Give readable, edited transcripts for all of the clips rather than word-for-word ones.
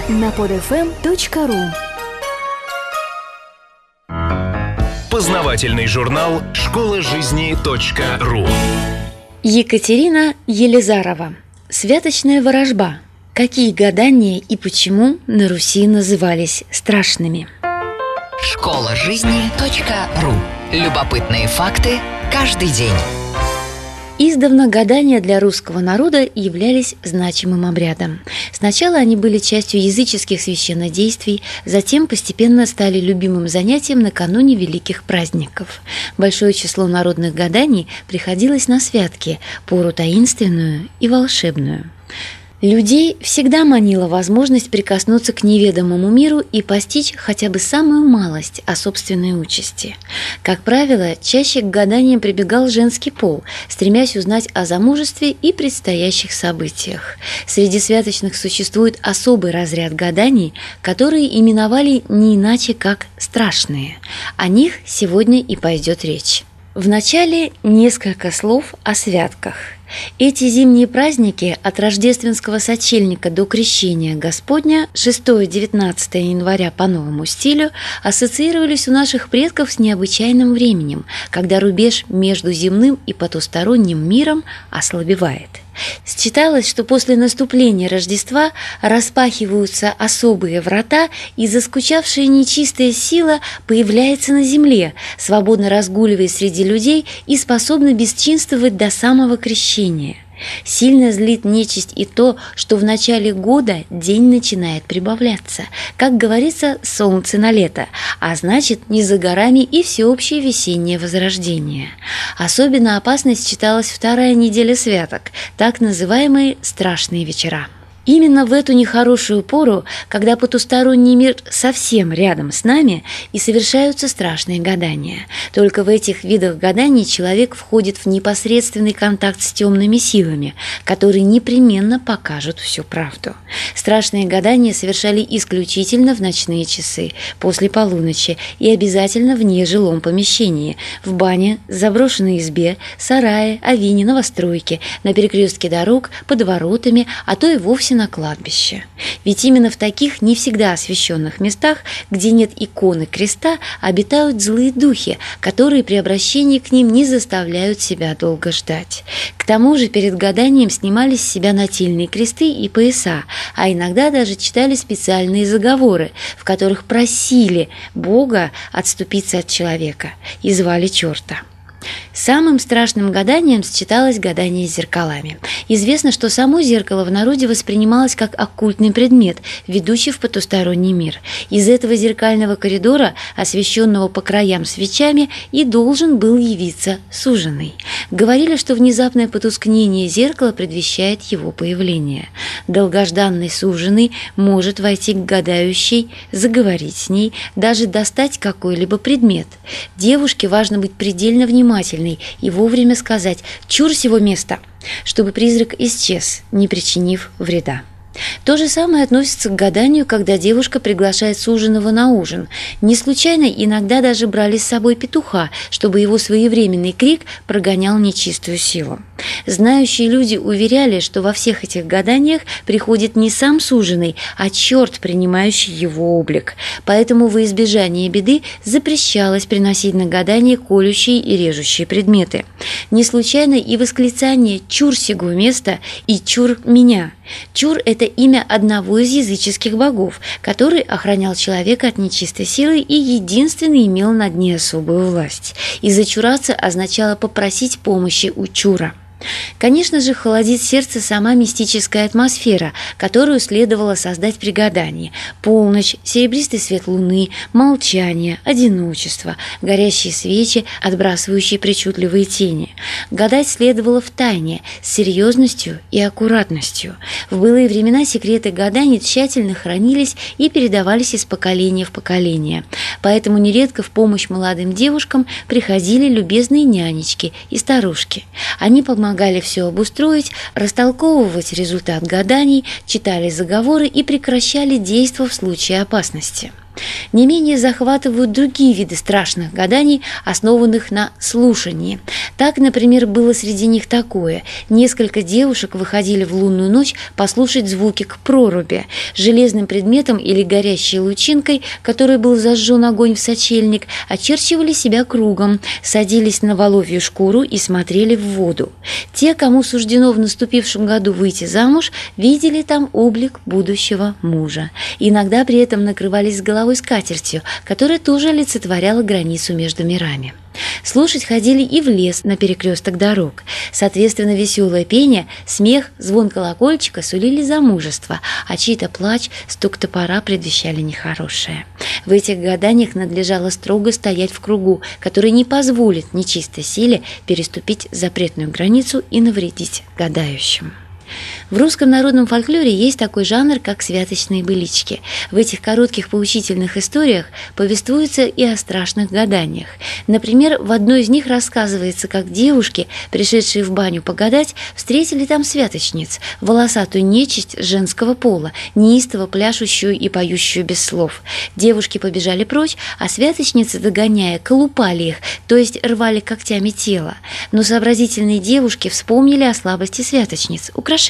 на podfm.ru. Познавательный журнал «Школа жизни.ру». Екатерина Елизарова. Святочная ворожба. Какие гадания и почему на Руси назывались страшными? Школа жизни.ру. Любопытные факты каждый день. Издавна гадания для русского народа являлись значимым обрядом. Сначала они были частью языческих священнодействий, затем постепенно стали любимым занятием накануне великих праздников. Большое число народных гаданий приходилось на святки, пору таинственную и волшебную. Людей всегда манила возможность прикоснуться к неведомому миру и постичь хотя бы самую малость о собственной участи. Как правило, чаще к гаданиям прибегал женский пол, стремясь узнать о замужестве и предстоящих событиях. Среди святочных существует особый разряд гаданий, которые именовали не иначе как «страшные». О них сегодня и пойдет речь. Вначале несколько слов о святках. Эти зимние праздники от рождественского сочельника до крещения Господня 6-19 января по новому стилю ассоциировались у наших предков с необычайным временем, когда рубеж между земным и потусторонним миром ослабевает. Считалось, что после наступления Рождества распахиваются особые врата, и заскучавшая нечистая сила появляется на земле, свободно разгуливая среди людей и способна бесчинствовать до самого крещения. Сильно злит нечисть и то, что в начале года день начинает прибавляться. Как говорится, солнце на лето, а значит, не за горами и всеобщее весеннее возрождение. Особенно опасность считалась вторая неделя святок, так называемые «страшные вечера». Именно в эту нехорошую пору, когда потусторонний мир совсем рядом с нами, и совершаются страшные гадания. Только в этих видах гаданий человек входит в непосредственный контакт с темными силами, которые непременно покажут всю правду. Страшные гадания совершали исключительно в ночные часы, после полуночи, и обязательно в нежилом помещении, в бане, заброшенной избе, сарае, авине, новостройке, на перекрестке дорог, под воротами, а то и вовсе на кладбище. Ведь именно в таких не всегда освященных местах, где нет иконы креста, обитают злые духи, которые при обращении к ним не заставляют себя долго ждать. К тому же перед гаданием снимали с себя нательные кресты и пояса, а иногда даже читали специальные заговоры, в которых просили Бога отступиться от человека и звали черта. Самым страшным гаданием считалось гадание с зеркалами. Известно, что само зеркало в народе воспринималось как оккультный предмет, ведущий в потусторонний мир. Из этого зеркального коридора, освещенного по краям свечами, и должен был явиться суженый. Говорили, что внезапное потускнение зеркала предвещает его появление. Долгожданный суженый может войти к гадающей, заговорить с ней, даже достать какой-либо предмет. Девушке важно быть предельно внимательной и вовремя сказать «чур сего места», чтобы призрак исчез, не причинив вреда. То же самое относится к гаданию, когда девушка приглашает суженого на ужин. Не случайно иногда даже брали с собой петуха, чтобы его своевременный крик прогонял нечистую силу. Знающие люди уверяли, что во всех этих гаданиях приходит не сам суженый, а черт, принимающий его облик. Поэтому во избежание беды запрещалось приносить на гадание колющие и режущие предметы. Не случайно и восклицание «чур сего места» и «чур меня». Чур – это имя одного из языческих богов, который охранял человека от нечистой силы и единственный имел над ней особую власть. И зачураться означало попросить помощи у чура. Конечно же, холодит сердце сама мистическая атмосфера, которую следовало создать при гадании. Полночь, серебристый свет луны, молчание, одиночество, горящие свечи, отбрасывающие причудливые тени. Гадать следовало втайне, с серьезностью и аккуратностью. В былые времена секреты гаданий тщательно хранились и передавались из поколения в поколение. Поэтому нередко в помощь молодым девушкам приходили любезные нянечки и старушки. Они помогали все обустроить, растолковывать результат гаданий, читали заговоры и прекращали действо в случае опасности. Не менее захватывают другие виды страшных гаданий, основанных на слушании. Так, например, было среди них такое. Несколько девушек выходили в лунную ночь послушать звуки к проруби. Железным предметом или горящей лучинкой, которой был зажжен огонь в сочельник, очерчивали себя кругом, садились на воловью шкуру и смотрели в воду. Те, кому суждено в наступившем году выйти замуж, видели там облик будущего мужа. Иногда при этом накрывались с головой скатертью, которая тоже олицетворяла границу между мирами. Слушать ходили и в лес на перекресток дорог. Соответственно, веселое пение, смех, звон колокольчика сулили замужество, а чей-то плач, стук топора предвещали нехорошее. В этих гаданиях надлежало строго стоять в кругу, который не позволит нечистой силе переступить запретную границу и навредить гадающим. В русском народном фольклоре есть такой жанр, как святочные былички. В этих коротких поучительных историях повествуется и о страшных гаданиях. Например, в одной из них рассказывается, как девушки, пришедшие в баню погадать, встретили там святочниц, волосатую нечисть женского пола, неистово пляшущую и поющую без слов. Девушки побежали прочь, а святочницы, догоняя, колупали их, то есть рвали когтями тело. Но сообразительные девушки вспомнили о слабости святочниц, украшениях,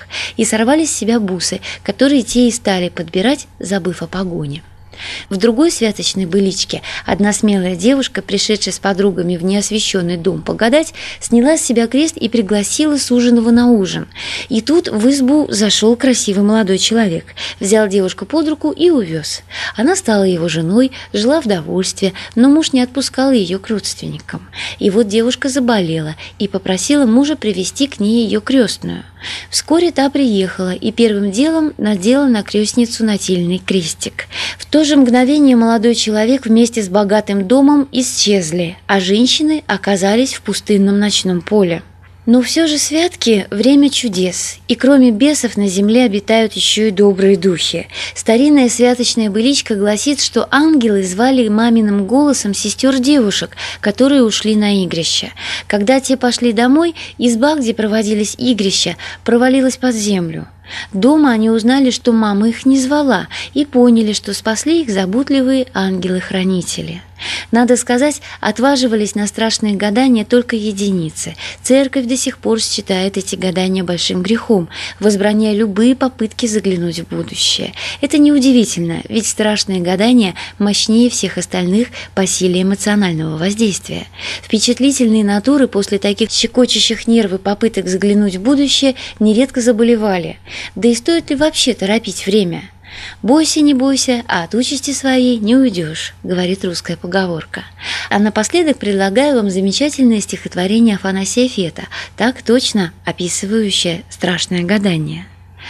и сорвали с себя бусы, которые те и стали подбирать, забыв о погоне. В другой святочной быличке одна смелая девушка, пришедшая с подругами в неосвещенный дом погадать, сняла с себя крест и пригласила суженого на ужин. И тут в избу зашел красивый молодой человек, взял девушку под руку и увез. Она стала его женой, жила в довольстве, но муж не отпускал ее к родственникам. И вот девушка заболела и попросила мужа привести к ней ее крестную. Вскоре та приехала и первым делом надела на крестницу нательный крестик. В то же мгновение молодой человек вместе с богатым домом исчезли, а женщины оказались в пустынном ночном поле. Но все же святки – время чудес, и кроме бесов на земле обитают еще и добрые духи. Старинная святочная быличка гласит, что ангелы звали маминым голосом сестер девушек, которые ушли на игрище. Когда те пошли домой, изба, где проводились игрища, провалилась под землю. Дома они узнали, что мама их не звала, и поняли, что спасли их заботливые ангелы-хранители. Надо сказать, отваживались на страшные гадания только единицы. Церковь до сих пор считает эти гадания большим грехом, возбраняя любые попытки заглянуть в будущее. Это неудивительно, ведь страшные гадания мощнее всех остальных по силе эмоционального воздействия. Впечатлительные натуры после таких щекочущих нервы попыток заглянуть в будущее нередко заболевали. Да и стоит ли вообще торопить время? «Бойся, не бойся, а от участи своей не уйдешь», — говорит русская поговорка. А напоследок предлагаю вам замечательное стихотворение Афанасия Фета, так точно описывающее страшное гадание.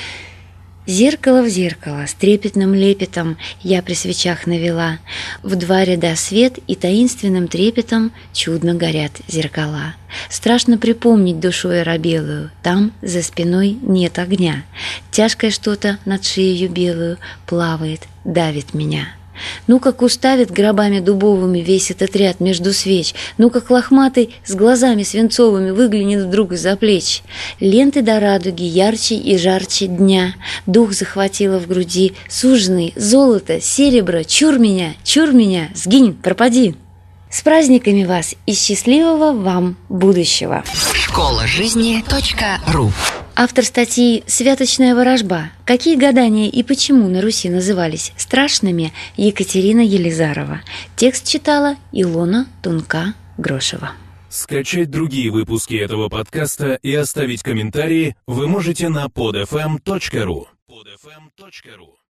Зеркало в зеркало с трепетным лепетом я при свечах навела. В два ряда свет и таинственным трепетом чудно горят зеркала. Страшно припомнить душой оробелую, там за спиной нет огня. Тяжкое что-то над шеей белую плавает, давит меня. Ну, как уставит гробами дубовыми весь этот ряд между свеч, ну, как лохматый с глазами свинцовыми выглянет вдруг из-за плеч. Ленты до радуги ярче и жарче дня, дух захватило в груди, суженый, золото, серебро, чур меня, сгинь, пропади. С праздниками вас и счастливого вам будущего! Школажизни.ру. Автор статьи «Святочная ворожба. Какие гадания и почему на Руси назывались страшными» Екатерина Елизарова. Текст читала Илона Тунка-Грошева. Скачать другие выпуски этого подкаста и оставить комментарии вы можете на podfm.ru.